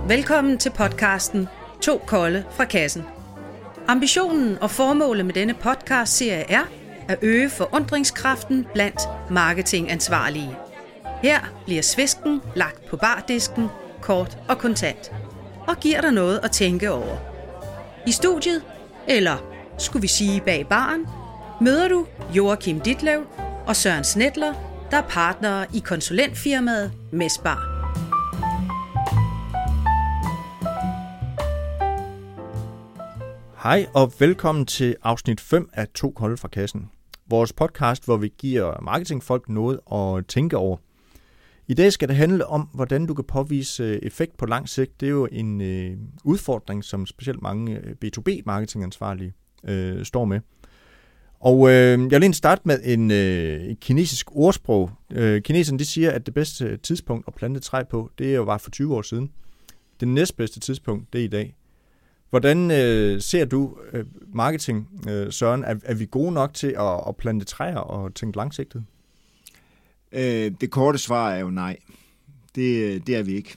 Velkommen til podcasten To Kolde fra Kassen. Ambitionen og formålet med denne podcastserie er at øge forundringskraften blandt marketingansvarlige. Her bliver svisken lagt på bardisken, kort og kontant, og giver dig noget at tænke over. I studiet, eller skulle vi sige bag baren, møder du Joachim Ditlev og Søren Snedler, der er partnere i konsulentfirmaet Mesbar. Hej og velkommen til afsnit 5 af To Kolde fra Kassen. Vores podcast, hvor vi giver marketingfolk noget at tænke over. I dag skal det handle om, hvordan du kan påvise effekt på lang sigt. Det er jo en udfordring, som specielt mange B2B-marketingansvarlige står med. Og jeg vil lige starte med en kinesisk ordsprog. Kineserne de siger, at det bedste tidspunkt at plante træ på, det jo var for 20 år siden. Det næstbedste tidspunkt, det er i dag. Hvordan ser du marketing, Søren? Er vi gode nok til at plante træer og tænke langsigtet? Det korte svar er jo nej. Det er vi ikke.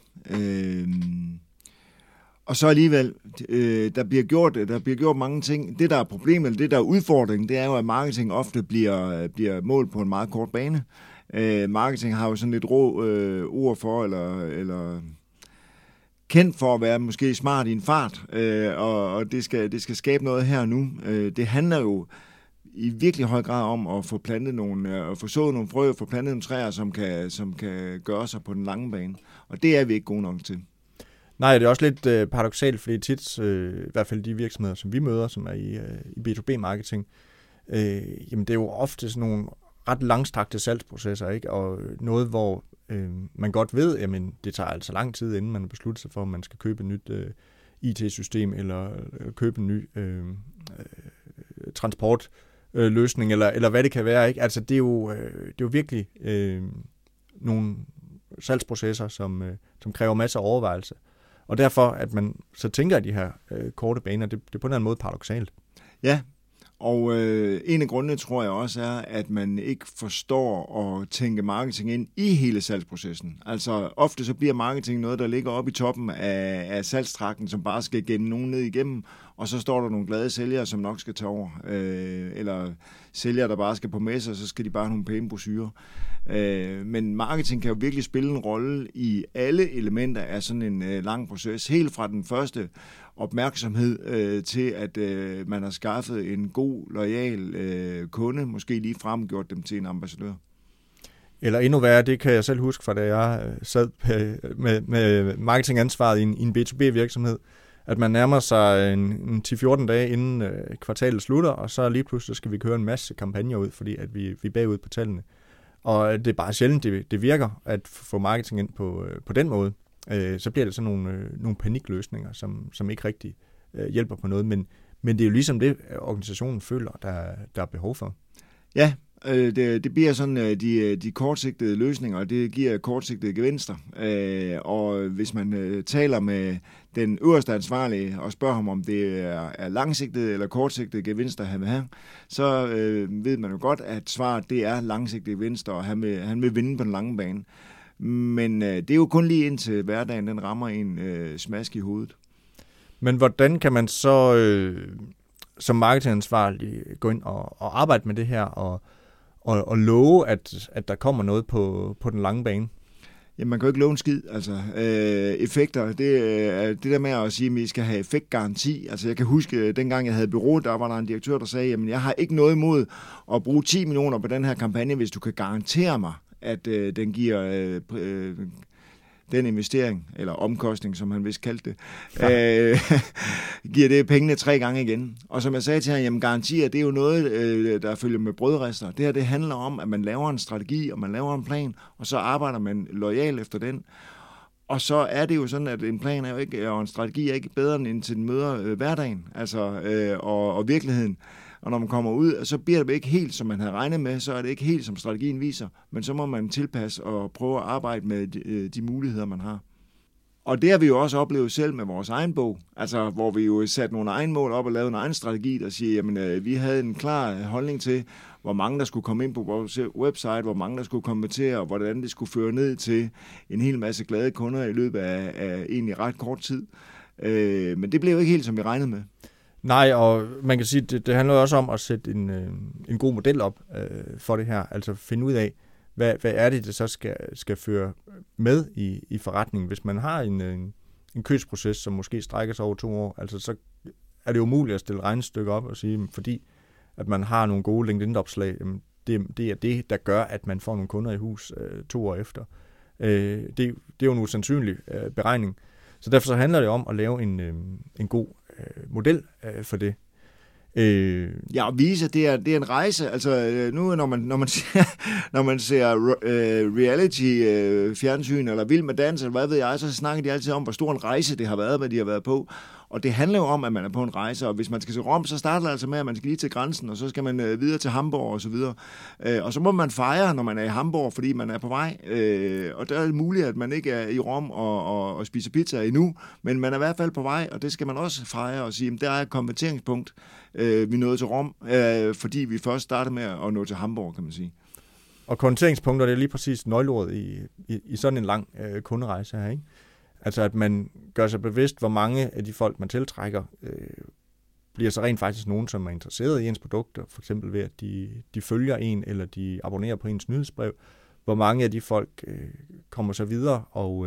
Og så alligevel, der bliver gjort mange ting. Det, der er problemet, det, der er udfordringen, det er jo, at marketing ofte bliver målt på en meget kort bane. Marketing har jo sådan lidt rå ord for, eller kendt for at være måske smart i en fart, og det skal skabe noget her og nu. Det handler jo i virkelig høj grad om at få plantet at få sået nogle frø, få plantet nogle træer, som kan gøre sig på den lange bane. Og det er vi ikke gode nok til. Nej, det er også lidt paradoksalt, fordi tit, i hvert fald de virksomheder, som vi møder, som er i B2B-marketing, jamen det er jo ofte sådan nogle ret langstrakte salgsprocesser, ikke? Og noget, hvor man godt ved, at det tager altså lang tid, inden man beslutter sig for, om man skal købe et nyt IT-system, eller købe en ny transportløsning, eller hvad det kan være, ikke? Altså det er jo virkelig nogle salgsprocesser, som kræver masser af overvejelse. Og derfor, at man så tænker i de her korte baner, det er på en eller anden måde paradoksalt. Ja, og en af grundene tror jeg også er, at man ikke forstår at tænke marketing ind i hele salgsprocessen. Altså ofte så bliver marketing noget, der ligger oppe i toppen af salgstrakten, som bare skal genne nogen ned igennem, og så står der nogle glade sælgere, som nok skal tage over. Eller sælgere, der bare skal på messer, så skal de bare have nogle pæne brochurer. Men marketing kan jo virkelig spille en rolle i alle elementer af sådan en lang proces. Helt fra den første opmærksomhed til, at man har skaffet en god, loyal kunde, måske lige fremgjort dem til en ambassadør. Eller endnu værre, det kan jeg selv huske fra, da jeg sad med marketingansvaret i en B2B-virksomhed, at man nærmer sig en 10-14 dage inden kvartalet slutter, og så lige pludselig skal vi køre en masse kampagner ud, fordi at vi er bagud på tallene. Og det er bare sjældent, det virker at få marketing ind på den måde. Så bliver det sådan nogle panikløsninger, som ikke rigtig hjælper på noget. Men det er jo ligesom det, organisationen føler, der er behov for. Ja, det bliver sådan, de kortsigtede løsninger, og det giver kortsigtede gevinster. Og hvis man taler med den øverste ansvarlige og spørger ham, om det er langsigtede eller kortsigtede gevinster, han vil have, så ved man jo godt, at svaret det er langsigtede gevinster, og han vil vinde på den lange bane. Men det er jo kun lige indtil hverdagen, den rammer en smask i hovedet. Men hvordan kan man så som marketingansvarlig gå ind og arbejde med det her, og love, at der kommer noget på den lange bane? Jamen, man kan jo ikke love en skid. Altså, effekter, det der med at sige, at vi skal have effektgaranti. Altså, jeg kan huske, dengang jeg havde bureau, der var der en direktør, der sagde, jamen, jeg har ikke noget imod at bruge 10 millioner på den her kampagne, hvis du kan garantere mig, at den giver den investering, eller omkostning, som han vist kaldte det, giver det pengene 3 gange igen. Og som jeg sagde til ham, jamen garantier, det er jo noget, der følger med brødrester. Det her, det handler om, at man laver en strategi, og man laver en plan, og så arbejder man loyalt efter den. Og så er det jo sådan, at en plan er jo ikke, og en strategi er ikke bedre end til den møder hverdagen, altså, og virkeligheden. Og når man kommer ud, så bliver det ikke helt, som man havde regnet med, så er det ikke helt, som strategien viser, men så må man tilpasse og prøve at arbejde med de muligheder, man har. Og det har vi jo også oplevet selv med vores egen bog, altså hvor vi jo satte nogle egen mål op og lavede en egen strategi, der siger, jamen vi havde en klar holdning til, hvor mange der skulle komme ind på vores website, hvor mange der skulle konvertere, og hvordan det skulle føre ned til en hel masse glade kunder i løbet af egentlig ret kort tid. Men det blev jo ikke helt, som vi regnede med. Nej, og man kan sige, det handler også om at sætte en god model op for det her. Altså finde ud af, hvad er det så skal føre med i forretningen. Hvis man har en købsproces, som måske strækker sig over 2 år, altså så er det umuligt at stille regnestykker op og sige, fordi at man har nogle gode LinkedIn-opslag, det er det, der gør, at man får nogle kunder i hus 2 år efter. Det er jo en usandsynlig beregning. Så derfor så handler det om at lave en god model for det. Ja, og vise, det er en rejse. Altså nu, når man ser reality fjernsyn eller Vild med dans, eller hvad ved jeg, så snakker de altid om, hvor stor en rejse det har været, hvad de har været på. Og det handler jo om, at man er på en rejse, og hvis man skal til Rom, så starter det altså med, at man skal lige til grænsen, og så skal man videre til Hamburg og så videre. Og så må man fejre, når man er i Hamburg, fordi man er på vej. Og der er det muligt, at man ikke er i Rom og spiser pizza endnu, men man er i hvert fald på vej, og det skal man også fejre og sige, at der er et konverteringspunkt, vi nåede til Rom, fordi vi først startede med at nå til Hamburg, kan man sige. Og konverteringspunkter, det er lige præcis nøgleordet i sådan en lang kunderejse her, ikke? Altså at man gør sig bevidst, hvor mange af de folk, man tiltrækker, bliver så rent faktisk nogen, som er interesseret i ens produkter, for eksempel ved, at de følger en, eller de abonnerer på ens nyhedsbrev. Hvor mange af de folk kommer så videre og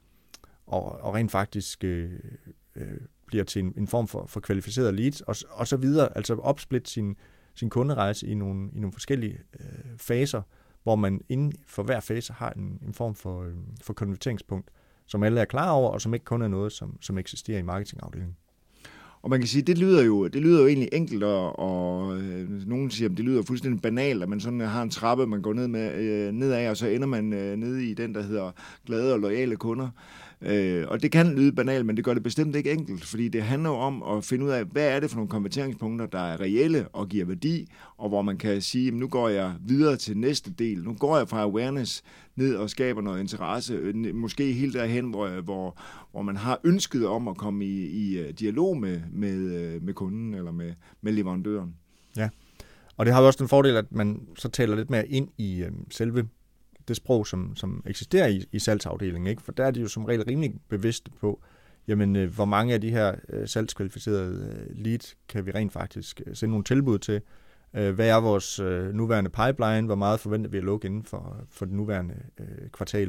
rent faktisk bliver til en form for kvalificeret leads, og så videre, altså opsplitte sin kunderejse i nogle forskellige faser, hvor man inden for hver fase har en form for konverteringspunkt, som alle er klar over, og som ikke kun er noget, som eksisterer i marketingafdelingen. Og man kan sige, det lyder jo egentlig enkelt, og nogen siger, at det lyder fuldstændig banalt, at man sådan har en trappe, man går nedad, og så ender man nede i den, der hedder glade og loyale kunder. Og det kan lyde banalt, men det gør det bestemt ikke enkelt, fordi det handler jo om at finde ud af, hvad er det for nogle konverteringspunkter, der er reelle og giver værdi, og hvor man kan sige, nu går jeg videre til næste del. Nu går jeg fra awareness ned og skaber noget interesse, måske helt derhen, hvor man har ønsket om at komme i dialog med kunden eller med leverandøren. Ja, og det har jo også den fordel, at man så taler lidt mere ind i selve det sprog, som eksisterer i salgsafdelingen, ikke? For der er de jo som regel rimelig bevidste på, jamen, hvor mange af de her salgskvalificerede lead kan vi rent faktisk sende nogle tilbud til. Hvad er vores nuværende pipeline? Hvor meget forventer vi at lukke inden for det nuværende kvartal?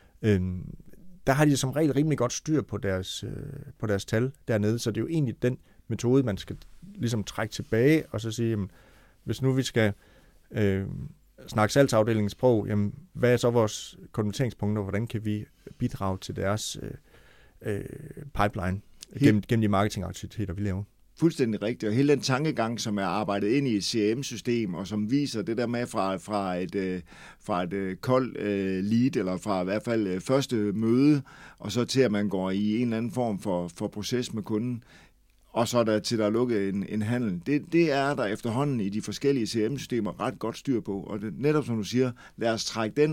Der har de som regel rimelig godt styr på deres tal dernede, så det er jo egentlig den metode, man skal ligesom trække tilbage og så sige, jamen, hvis nu vi skal snakke salgsafdelingens sprog, jamen, hvad er så vores konverteringspunkter? Hvordan kan vi bidrage til deres pipeline gennem de marketingaktiviteter, vi laver? Fuldstændig rigtigt, og hele den tankegang, som er arbejdet ind i et CRM-system, og som viser det der med fra et koldt lead, eller fra i hvert fald første møde, og så til at man går i en eller anden form for proces med kunden, og så til der er lukket en handel. Det er der efterhånden i de forskellige CRM-systemer ret godt styr på, og det, netop som du siger, lad os trække den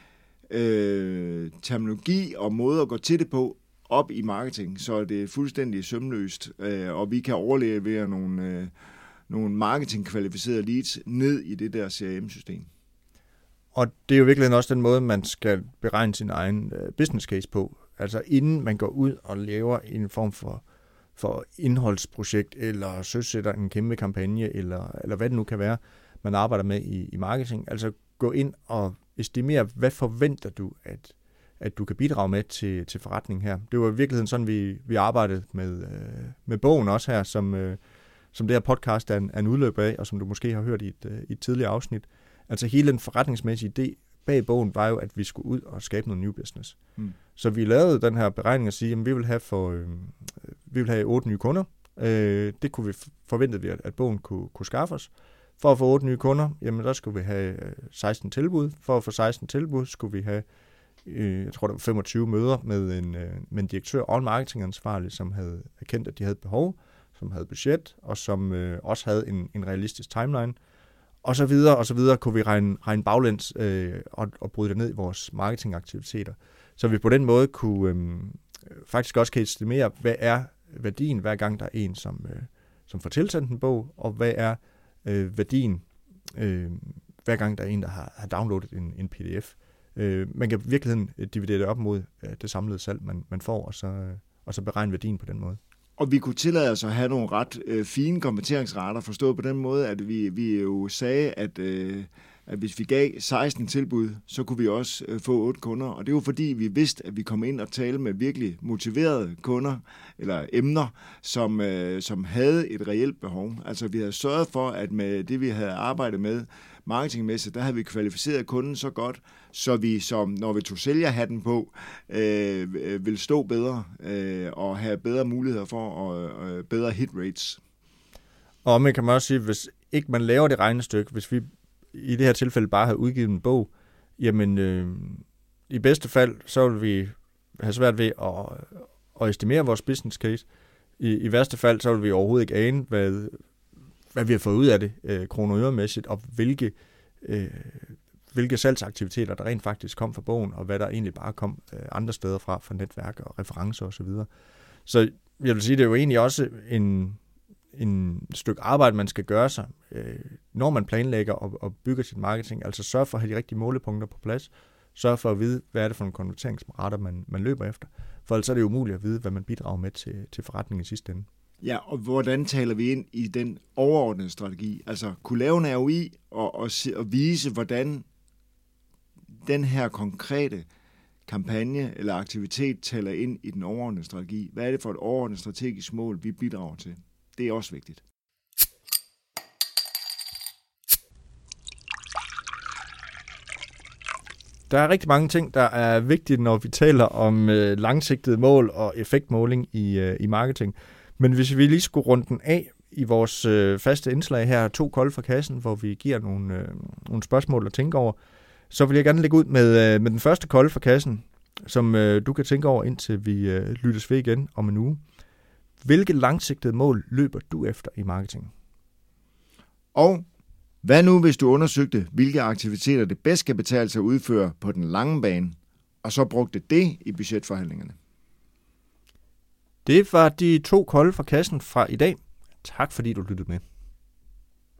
terminologi og måde at gå til det på, op i marketing, så det er fuldstændig sømløst, og vi kan overlevere nogle marketingkvalificerede leads ned i det der CRM-system. Og det er jo virkelig også den måde, man skal beregne sin egen business case på. Altså inden man går ud og laver en form for indholdsprojekt, eller søsætter en kæmpe kampagne, eller hvad det nu kan være, man arbejder med i marketing. Altså gå ind og estimere, hvad forventer du, at du kan bidrage med til forretningen her. Det var i virkeligheden sådan, vi arbejdede med bogen også her, som det her podcast er en udløb af, og som du måske har hørt i et tidligere afsnit. Altså hele den forretningsmæssige idé bag bogen var jo, at vi skulle ud og skabe noget new business. Mm. Så vi lavede den her beregning og sige, at vi vil have 8 nye kunder. Det kunne vi forventede, at bogen kunne skaffe os. For at få 8 nye kunder, jamen der skulle vi have 16 tilbud. For at få 16 tilbud skulle vi have jeg tror, der var 25 møder med en direktør og en marketingansvarlig, som havde erkendt, at de havde behov, som havde budget, og som også havde en realistisk timeline. Og så videre kunne vi regne baglæns og bryde det ned i vores marketingaktiviteter. Så vi på den måde kunne faktisk også kan estimere, hvad er værdien hver gang der er en, som får tilsendt en bog, og hvad er værdien hver gang der er en, der har downloadet en pdf. Man kan i virkeligheden dividere det op mod det samlede salg, man får, og så beregne værdien på den måde. Og vi kunne tillade os at have nogle ret fine konverteringsrater, forstået på den måde, at vi jo sagde, at hvis vi gav 16 tilbud, så kunne vi også få 8 kunder. Og det var fordi, vi vidste, at vi kom ind og talte med virkelig motiverede kunder, eller emner, som havde et reelt behov. Altså vi havde sørget for, at med det, vi havde arbejdet med marketingmæssigt, der havde vi kvalificeret kunden så godt, så vi, som når vi tog sælgerhatten på, vil stå bedre og have bedre muligheder for og bedre hit rates. Og man kan også sige, hvis ikke man laver det regnestykke, hvis vi i det her tilfælde bare har udgivet en bog, jamen i bedste fald, så vil vi have svært ved at estimere vores business case. I værste fald, så vil vi overhovedet ikke ane, hvad vi har fået ud af det kroner og øremæssigt, og hvilke salgsaktiviteter, der rent faktisk kom fra bogen, og hvad der egentlig bare kom andre steder fra netværk og referencer osv. Så jeg vil sige, det er jo egentlig også en stykke arbejde, man skal gøre sig, når man planlægger og bygger sit marketing. Altså sørg for at have de rigtige målepunkter på plads. Sørg for at vide, hvad er det for en konverteringsrater, man løber efter. For ellers er det umuligt at vide, hvad man bidrager med til forretningen i sidste ende. Ja, og hvordan taler vi ind i den overordnede strategi? Altså kunne lave en ROI og vise, hvordan den her konkrete kampagne eller aktivitet taler ind i den overordnede strategi. Hvad er det for et overordnet strategisk mål, vi bidrager til? Det er også vigtigt. Der er rigtig mange ting, der er vigtige, når vi taler om langsigtede mål og effektmåling i marketing. Men hvis vi lige skulle runde den af i vores faste indslag her, 2 kolde fra kassen, hvor vi giver nogle spørgsmål at tænke over, så vil jeg gerne lægge ud med den første kolde fra kassen, som du kan tænke over, indtil vi lyttes ved igen om en uge. Hvilke langsigtede mål løber du efter i marketing? Og hvad nu, hvis du undersøgte, hvilke aktiviteter det bedst kan betale sig at udføre på den lange bane, og så brugte det i budgetforhandlingerne? Det var de 2 kolde fra kassen fra i dag. Tak fordi du lyttede med.